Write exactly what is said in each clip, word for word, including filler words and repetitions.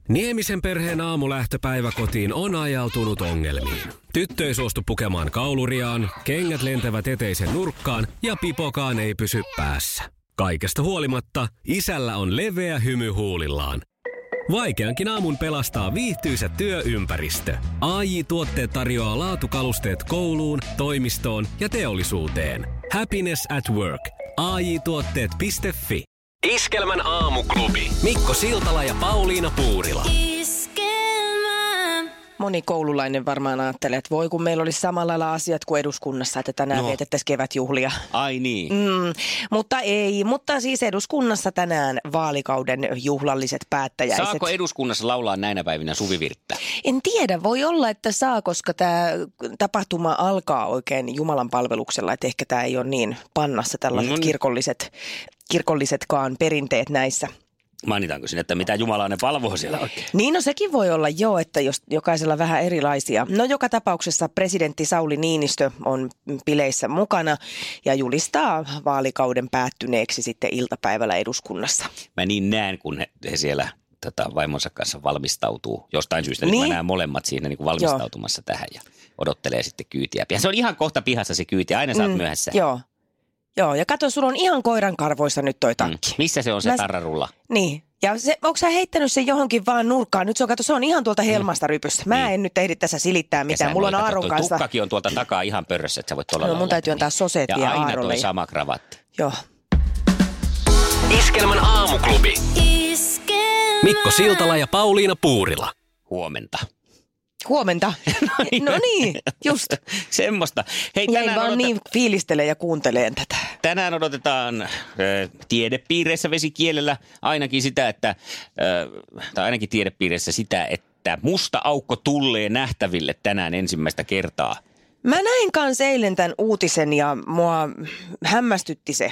Niemisen perheen aamulähtöpäivä kotiin on ajautunut ongelmiin. Tyttö ei suostu pukemaan kauluriaan, kengät lentävät eteisen nurkkaan ja pipokaan ei pysy päässä. Kaikesta huolimatta isällä on leveä hymy huulillaan. Vaikeankin aamun pelastaa viihtyisä työympäristö. A J-tuotteet tarjoaa laatukalusteet kouluun, toimistoon ja teollisuuteen. Happiness at work. A J tuotteet piste fi. Iskelmän aamuklubi. Mikko Siltala ja Pauliina Puurila. Moni koululainen varmaan ajattelee, että voi kun meillä olisi samalla lailla asiat kuin eduskunnassa, että tänään no. vietettäisiin kevätjuhlia. Ai niin. Mm, mutta ei, mutta siis eduskunnassa tänään vaalikauden juhlalliset päättäjäiset. Saako eduskunnassa laulaa näinä päivinä suvivirttä? En tiedä, voi olla, että saa, koska tämä tapahtuma alkaa oikein Jumalan palveluksella, että ehkä tämä ei ole niin pannassa tällaiset mm. kirkolliset, kirkollisetkaan perinteet näissä. Mainitaanko sinne, että mitä Jumalaa ne palvoo siellä oikein? Niin, no sekin voi olla joo, että jos jokaisella vähän erilaisia. No joka tapauksessa presidentti Sauli Niinistö on bileissä mukana ja julistaa vaalikauden päättyneeksi sitten iltapäivällä eduskunnassa. Mä niin näen, kun he, he siellä tota, vaimonsa kanssa valmistautuu jostain syystä. Niin. Niin mä näen molemmat siinä niin kuin valmistautumassa joo. tähän ja odottelee sitten kyytiä. Ja se on ihan kohta pihassa se kyyti, aina sä oot mm, myöhässä. Joo. Joo, ja kato, sulla on ihan koiran karvoissa nyt toi takki. Mm. Missä se on se Mä... tarrarulla? Niin, ja se, onko sä heittänyt sen johonkin vaan nurkkaan? Nyt se on, kato, se on ihan tuolta helmasta mm. rypyssä. Mä niin. en nyt ehdi tässä silittää mitään. Mulla on Aaron kanssa. Tukkakin on tuolta takaa ihan pörrössä, että sä voit tuolla no, mun täytyy antaa soseet ja vielä aina Aarolle. toi sama kravatti. Joo. Iskelmän aamuklubi. Iskelmä. Mikko Siltala ja Pauliina Puurila. Huomenta. Huomenta. No niin, no niin just. Semmosta. Hei, Jäin vaan odota... niin fiilistelee ja kuunteleen tätä. Tänään odotetaan äh, tiedepiireissä vesikielellä ainakin sitä, että, äh, tai ainakin tiedepiireissä sitä, että musta aukko tulee nähtäville tänään ensimmäistä kertaa. Mä näin kanssa eilen tämän uutisen ja mua hämmästytti se.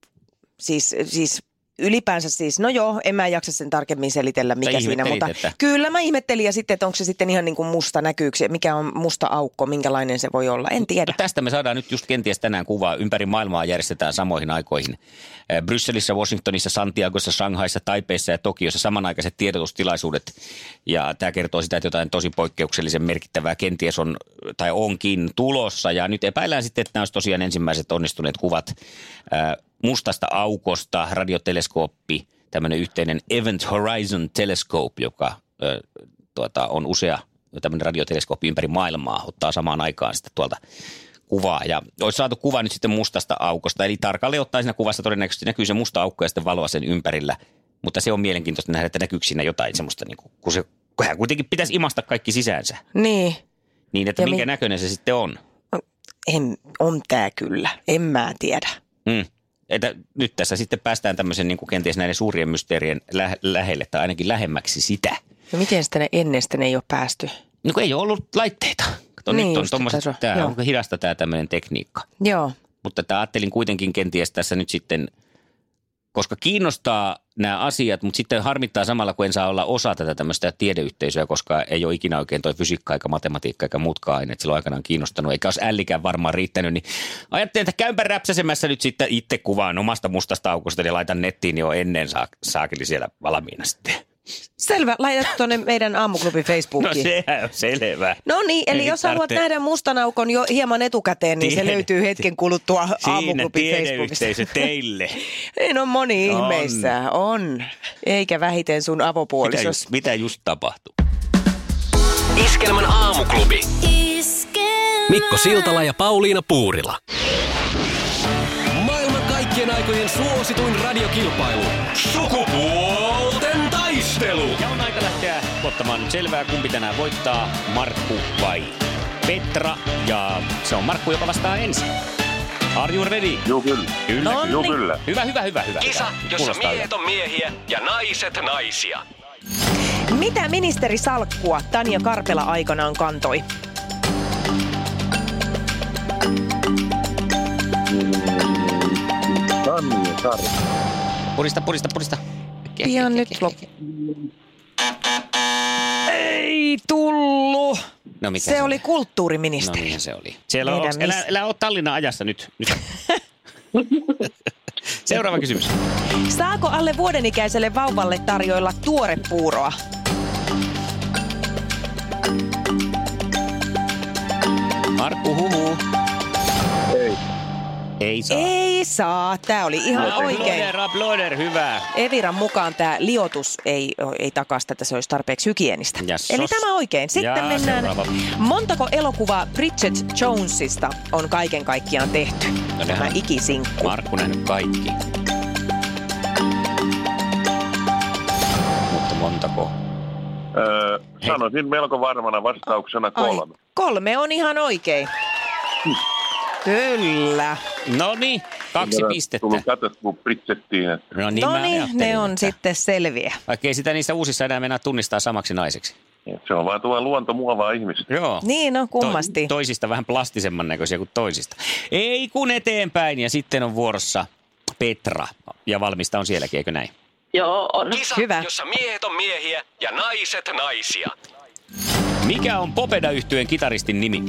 Siis, siis ylipäänsä siis, no joo, en mä jaksa sen tarkemmin selitellä, mikä siinä, mutta että... kyllä mä ihmettelin ja sitten, että onko se sitten ihan niin kuin musta näkyyksi, mikä on musta aukko, minkälainen se voi olla, en tiedä. No tästä me saadaan nyt just kenties tänään kuvaa. Ympäri maailmaa järjestetään samoihin aikoihin. Brysselissä, Washingtonissa, Santiagossa, Shanghaissa, Taipeissa ja Tokiossa samanaikaiset tiedotustilaisuudet. Ja tämä kertoo sitä, että jotain tosi poikkeuksellisen merkittävää kenties on tai onkin tulossa. Ja nyt epäillään sitten, että nämä olisi tosiaan ensimmäiset onnistuneet kuvat mustasta aukosta, radioteleskooppi, tämmöinen yhteinen Event Horizon Telescope, joka ö, tuota, on usea tämmöinen radioteleskooppi ympäri maailmaa, ottaa samaan aikaan sitten tuolta kuvaa. Ja olisi saatu kuva nyt sitten mustasta aukosta, eli tarkalleen ottaen siinä kuvassa todennäköisesti näkyy se musta aukko ja sitten valoa sen ympärillä. Mutta se on mielenkiintoista nähdä, että näkyykö siinä jotain semmoista, niin kuin, kun se kun kuitenkin pitäisi imasta kaikki sisäänsä. Niin. Niin, että ja minkä mi- näköinen se sitten on. En, on tää kyllä, en mä tiedä. Mm. Että nyt tässä sitten päästään tämmöisen niin kuin kenties näiden suurien mysteerien lä- lähelle tai ainakin lähemmäksi sitä. No miten sitten ennen sitten ei ole päästy? No kun ei ole ollut laitteita. Kato, niin nyt on tommoset, tämä on hidasta tämä tämmöinen tekniikka. Joo. Mutta tämä ajattelin kuitenkin kenties tässä nyt sitten, koska kiinnostaa nämä asiat, mutta sitten harmittaa samalla, kun en saa olla osa tätä tämmöistä tiedeyhteisöä, koska ei ole ikinä oikein toi fysiikka eikä matematiikka eikä muutkaan aineet silloin aikanaan kiinnostanut, eikä olisi ällikään varmaan riittänyt, niin ajattelin, että käympä räpsäsemässä nyt sitten itse kuvaan omasta mustasta aukosta ja laitan nettiin jo ennen saakeli siellä valmiina sitten. Selvä, laitat tuonne meidän aamuklubin Facebookiin. No sehän on selvä. No niin, eli ei jos haluat tarvitse... nähdä mustan aukon jo hieman etukäteen, niin Tiede... se löytyy hetken kuluttua aamuklubin Facebookista. Siinä tiedeyhteisö teille. No moni on. Ihmeissä on, eikä vähiten sun avopuolisos. Mitä just, mitä just tapahtuu? Iskelmän aamuklubi. Iskelmä. Mikko Siltala ja Pauliina Puurila. Maailman kaikkien aikojen suosituin radiokilpailu. Sukupuolten taistelu. Ja on aika lähteä ottamaan nyt selvää, kumpi tänään voittaa, Markku vai Petra. Ja se on Markku, joka vastaa ensin. Are you ready? Joo, kyllä. Kyllä, no, joo, kyllä. Hyvä, hyvä, hyvä, hyvä. Kisa, hyvä. jossa miehet on miehiä ja naiset naisia. Mitä ministeri salkkua Tanja Karpela aikanaan kantoi? Tanja Karpela. Purista, purista, purista. Pian nyt loppu. Ei tullu. No, mikä se, se oli kulttuuriministeri. No niin se oli. Siellä on, elä, elä ole Tallinnan ajassa nyt. nyt. Seuraava kysymys. Saako alle vuodenikäiselle vauvalle tarjoilla tuorepuuroa? Markku huhuu. Ei. Ei saa. Ei saa. Tämä oli ihan oikein. Aploder, aploder, hyvä. Eviran mukaan tämä liotus ei, ei takasta, että se olisi tarpeeksi hygienistä. Jassos. Eli tämä oikein. Sitten Ja mennään. seuraava. Montako elokuvaa Bridget Jonesista on kaiken kaikkiaan tehty? No, Tämä nehän- ikisinkku. Markku nähnyt kaikki. Mutta montako? Öö, sanoisin melko varmana vastauksena kolme. Ai, kolme on ihan oikein. Kyllä. No niin, kaksi Kyllä pistettä. Tullut katsottua Bridgettiin. Että... No niin, No mä niin, ajattelin, ne on että sitten selviä. Vaikka ei sitä niissä uusissa enää mennä tunnistaa samaksi naiseksi. Se on vaan tuo luonto muovaa ihmistä. Joo. Niin, no kummasti. To- toisista vähän plastisemman näköisiä kuin toisista. Ei kun eteenpäin ja sitten on vuorossa Petra. Ja valmista on sielläkin, eikö näin? Joo, on. Kisa, Hyvä. jossa miehet on miehiä ja naiset naisia. Mikä on Popeda-yhtyeen kitaristin nimi?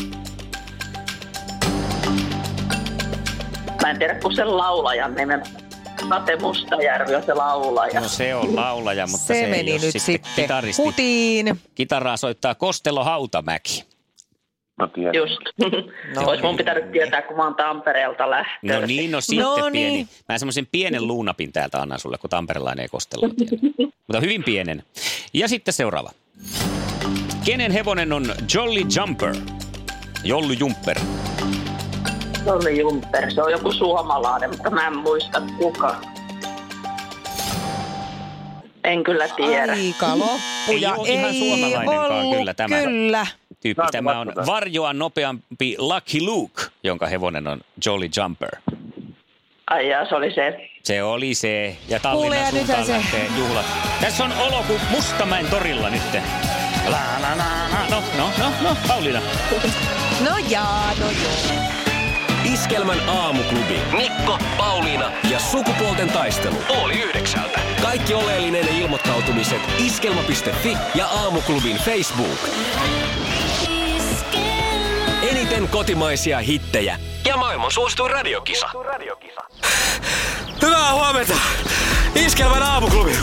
Mä en tiedä, kun sen laulajan nimen. Pate Mustajärvi on se laulaja. No se on laulaja, mutta se, se ei meni ole nyt sitten sitten kitaristi. hutiin. Kitaraa soittaa Kostelo Hautamäki. No tiedän. Just. No Olisi mun pitänyt tietää, kun mä oon Tampereelta lähtöisin. No niin, no sitten No pieni. niin. Mä semmoisen pienen luunapin täältä annan sulle, kun tamperelainen ei Kostelo tiedä. Mutta hyvin pienen. Ja sitten seuraava. Kenen hevonen on Jolly Jumper? Jolly Jumper. Se oli Jumper. Se on joku suomalainen, mutta mä en muista kuka. En kyllä tiedä. Aika loppu Ei ja oo ihan suomalainenkaan ollut kyllä tämä. Kyllä. Tyyppi. Saanko Tämä on vastata? varjoa nopeampi Lucky Luke, jonka hevonen on Jolly Jumper. Ai jaa, se oli se. Se oli se. Ja Kuule, Tallinnan ja suuntaan nythän se- lähtee juhlat. Tässä on olo kuin Mustamäen torilla nyt. La, la, la, la. No, no, no, no, Pauliina. No jaa, no joo. Iskelmän aamuklubi. Mikko, Pauliina ja sukupuolten taistelu. Oli yhdeksältä. Kaikki oleellinen ilmoittautumiset iskelma piste fi ja aamuklubin Facebook. Eniten kotimaisia hittejä ja maailman suosituin radiokisa. Hyvää huomenta! Iskelmän aamuklubi.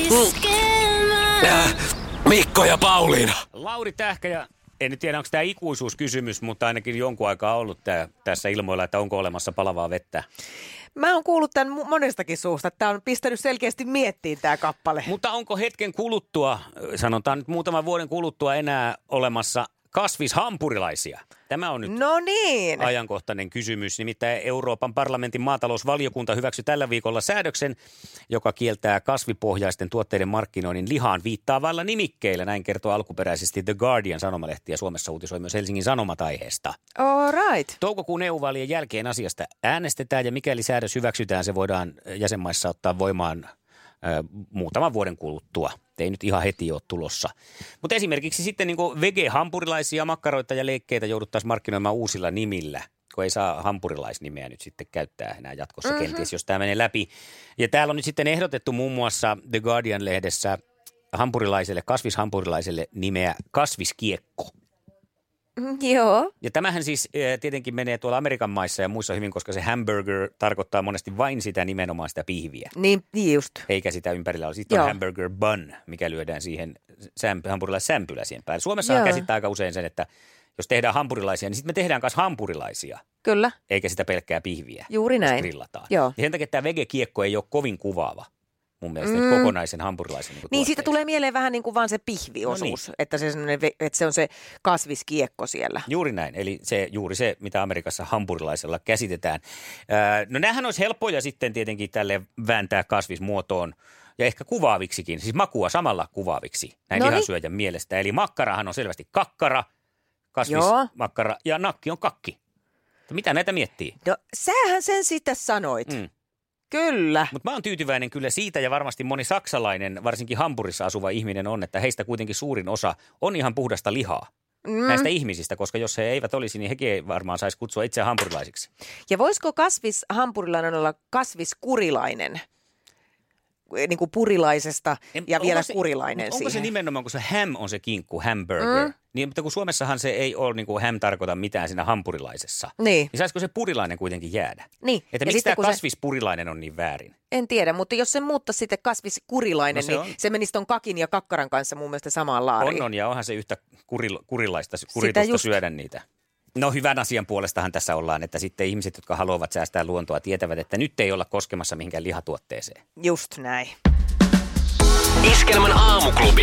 Äh, Mikko ja Pauliina. Lauri Tähkä ja en nyt tiedä, onko tämä ikuisuuskysymys, mutta ainakin jonkun aikaa ollut tää, tässä ilmoilla, että onko olemassa palavaa vettä. Mä oon kuullut tämän monestakin suusta, että tää on pistänyt selkeästi miettiin tää kappale. Mutta onko hetken kuluttua, sanotaan nyt muutaman vuoden kuluttua enää olemassa kasvishampurilaisia? Tämä on nyt No niin. ajankohtainen kysymys. Nimittäin Euroopan parlamentin maatalousvaliokunta hyväksyi tällä viikolla säädöksen, joka kieltää kasvipohjaisten tuotteiden markkinoinnin lihaan viittaavalla nimikkeillä. Näin kertoo alkuperäisesti The Guardian sanomalehti ja Suomessa uutisoi myös Helsingin Sanomat aiheesta. All right. Toukokuun E U-vaalien jälkeen asiasta äänestetään ja mikäli säädös hyväksytään, se voidaan jäsenmaissa ottaa voimaan ö, muutaman vuoden kuluttua. Ei nyt ihan heti ole tulossa. Mutta esimerkiksi sitten niin kuin vege-hampurilaisia, makkaroita ja leikkeitä jouduttaisiin markkinoimaan uusilla nimillä, kun ei saa hampurilaisnimeä nyt sitten käyttää enää jatkossa mm-hmm. kenties, jos tämä menee läpi. Ja täällä on nyt sitten ehdotettu muun muassa The Guardian-lehdessä hampurilaiselle, kasvishampurilaiselle nimeä kasviskiekko. Mm, joo. Ja tämähän siis äh, tietenkin menee tuolla Amerikan maissa ja muissa hyvin, koska se hamburger tarkoittaa monesti vain sitä nimenomaan sitä pihviä. Niin, niin just. Eikä sitä ympärillä ole. Sitten on Joo. hamburger bun, mikä lyödään siihen sämp- hampurilaissämpylä siihen päälle. Suomessahan Joo. käsittää aika usein sen, että jos tehdään hampurilaisia, niin sitten me tehdään myös hampurilaisia, Kyllä. eikä sitä pelkkää pihviä. Juuri näin. Grillataan. Joo. Ja sen takia tämä vegekiekko ei ole kovin kuvaava mun mielestä, Mm. mm. kokonaisen hampurilaisen. Niin, Niin siitä tulee mieleen vähän niin kuin vaan se pihviosuus, No niin. että, se semmoinen ve- että se on se kasviskiekko siellä. Juuri näin, eli se, juuri se, mitä Amerikassa hampurilaisella käsitetään. Öö, no näähän olisi helppoja sitten tietenkin tälle vääntää kasvismuotoon ja ehkä kuvaaviksikin, siis makua samalla kuvaaviksi näin Noniin. lihansyöjän mielestä. Eli makkarahan on selvästi kakkara, Joo. kasvismakkara ja nakki on kakki. Mitä näitä miettii? No sähän sen sitten sanoit. Mm. Kyllä. Mutta mä oon tyytyväinen kyllä siitä ja varmasti moni saksalainen, varsinkin Hampurissa asuva ihminen on, että heistä kuitenkin suurin osa on ihan puhdasta lihaa. Mm. Näistä ihmisistä, koska jos he eivät olisi, niin hekin ei varmaan saisi kutsua itseään hampurilaisiksi. Ja voisiko kasvishampurilainen olla kasviskurilainen? Niin kuin purilaisesta En- ja onko vielä se- kurilainen Onko siihen. se nimenomaan, kun se ham on se kinkku, hamburger, Mm. niin, mutta kun Suomessahan se ei ole, niin kuin ham tarkoita mitään siinä hampurilaisessa. Niin. Niin saisiko se purilainen kuitenkin jäädä? Niin. Että Ja miksi sitten tämä kun se- kasvispurilainen on niin väärin? En tiedä, mutta jos se muuttaisi sitten kasviskurilainen, No se niin on. se menisi ton kakin ja kakkaran kanssa mun mielestä samaan laariin. On, on, ja onhan se yhtä kuril, kurilaista kuritusta just. syödä niitä. No hyvän asian puolestahan tässä ollaan, että sitten ihmiset, jotka haluavat säästää luontoa, tietävät, että nyt ei olla koskemassa mihinkään lihatuotteeseen. Just näin. Iskelmän aamuklubi.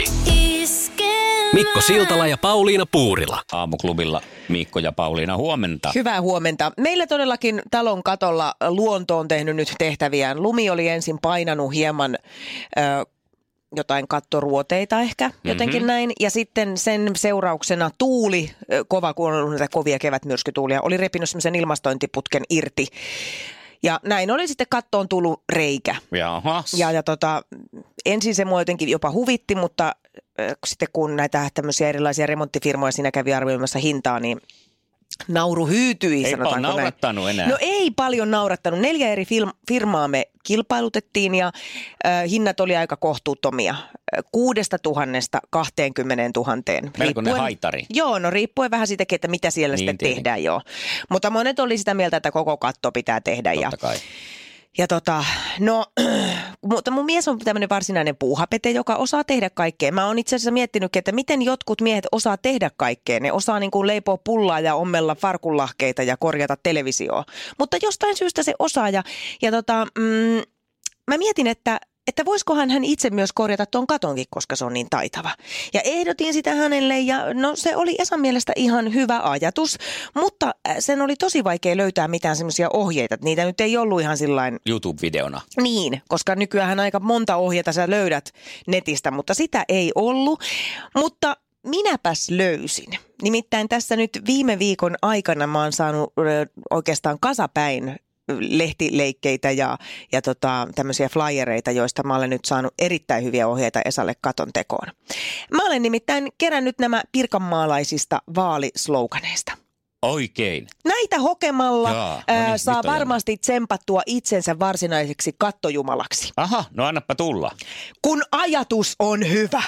Mikko Siltala ja Pauliina Puurila. Aamuklubilla Mikko ja Pauliina, huomenta. Hyvää huomenta. Meillä todellakin talon katolla luonto on tehnyt nyt tehtäviään. Lumi oli ensin painanut hieman ö, jotain kattoruoteita ehkä, jotenkin mm-hmm. näin. Ja sitten sen seurauksena tuuli, kova kun on ollut näitä kovia kevätmyrskytuulia, oli repinyt semmoisen ilmastointiputken irti. Ja näin oli sitten kattoon tullut reikä. Jahas. Ja, ja tota, ensin se mua jotenkin jopa huvitti, mutta äh, sitten kun näitä tämmöisiä erilaisia remonttifirmoja siinä kävi arvioimassa hintaa, niin nauru hyytyi. Ei paljon naurattanut näin. enää. No ei paljon naurattanut. Neljä eri film- firmaa me kilpailutettiin ja äh, hinnat oli aika kohtuuttomia. Kuudesta tuhannesta kahteenkymmeneen tuhanteen. Melkoinen haitari. Joo, no riippuen vähän siitä, että mitä siellä niin, sitten tietenkin. tehdään, joo. Mutta monet oli sitä mieltä, että koko katto pitää tehdä. Totta ja, kai. ja tota, no, mutta mun mies on tämmöinen varsinainen puuhapete, joka osaa tehdä kaikkea. Mä oon itse asiassa miettinyt, että miten jotkut miehet osaa tehdä kaikkea. Ne osaa niin kuin leipoa pullaa ja ommella farkunlahkeita ja korjata televisioa. Mutta jostain syystä se osaa ja, ja tota, mm, mä mietin, että että voisikohan hän itse myös korjata tuon katonkin, koska se on niin taitava. Ja ehdotin sitä hänelle ja no se oli Esan mielestä ihan hyvä ajatus, mutta sen oli tosi vaikea löytää mitään semmoisia ohjeita. Niitä nyt ei ollut ihan sillain YouTube-videona. Niin, koska nykyään aika monta ohjeita sä löydät netistä, mutta sitä ei ollut. Mutta minäpäs löysin. Nimittäin tässä nyt viime viikon aikana mä oon saanut oikeastaan kasapäin lehtileikkeitä ja, ja tota, tämmöisiä flyereita, joista mä olen nyt saanut erittäin hyviä ohjeita Esalle katon tekoon. Mä olen nimittäin kerännyt nämä pirkanmaalaisista vaalisloganeista. Oikein. Näitä hokemalla Jaa, no ää, niin, saa nyt on varmasti jännä. Tsempattua itsensä varsinaiseksi kattojumalaksi. Aha, no annappa tulla. Kun ajatus on hyvä.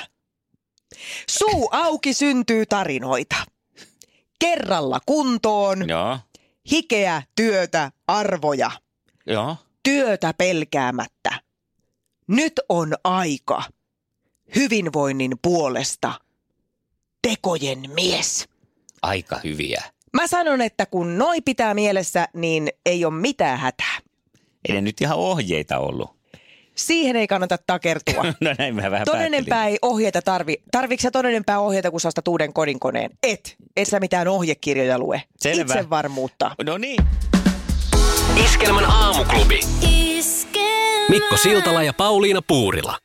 Suu auki syntyy tarinoita. Kerralla kuntoon. Joo. Hikeä, työtä, arvoja. Joo. Työtä pelkäämättä. Nyt on aika. Hyvinvoinnin puolesta. Tekojen mies. Aika hyviä. Mä sanon, että kun noi pitää mielessä, niin ei ole mitään hätää. Ei ne nyt ihan ohjeita ollut. Siihen ei kannata takertua. No näin mä vähän Todennenpää ei ohjeita tarvi. Tarviiko sä todennenpää ohjeita, kun sä ostat uuden kodinkoneen? Et. Et sä mitään ohjekirjoja lue. Selvä. Itsevarmuutta. No niin. Iskelmän aamuklubi. Mikko Siltala ja Pauliina Puurila.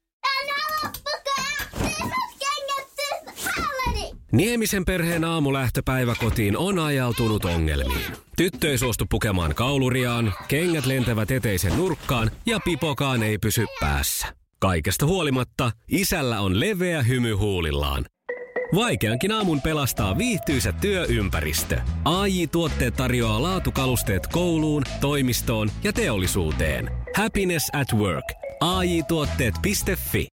Niemisen perheen aamulähtöpäivä kotiin on ajautunut ongelmiin. Tyttö ei suostu pukemaan kauluriaan, kengät lentävät eteisen nurkkaan ja pipokaan ei pysy päässä. Kaikesta huolimatta isällä on leveä hymy huulillaan. Vaikeankin aamun pelastaa viihtyisä työympäristö. A J-tuotteet tarjoaa laatukalusteet kouluun, toimistoon ja teollisuuteen. Happiness at work. A J tuotteet piste fi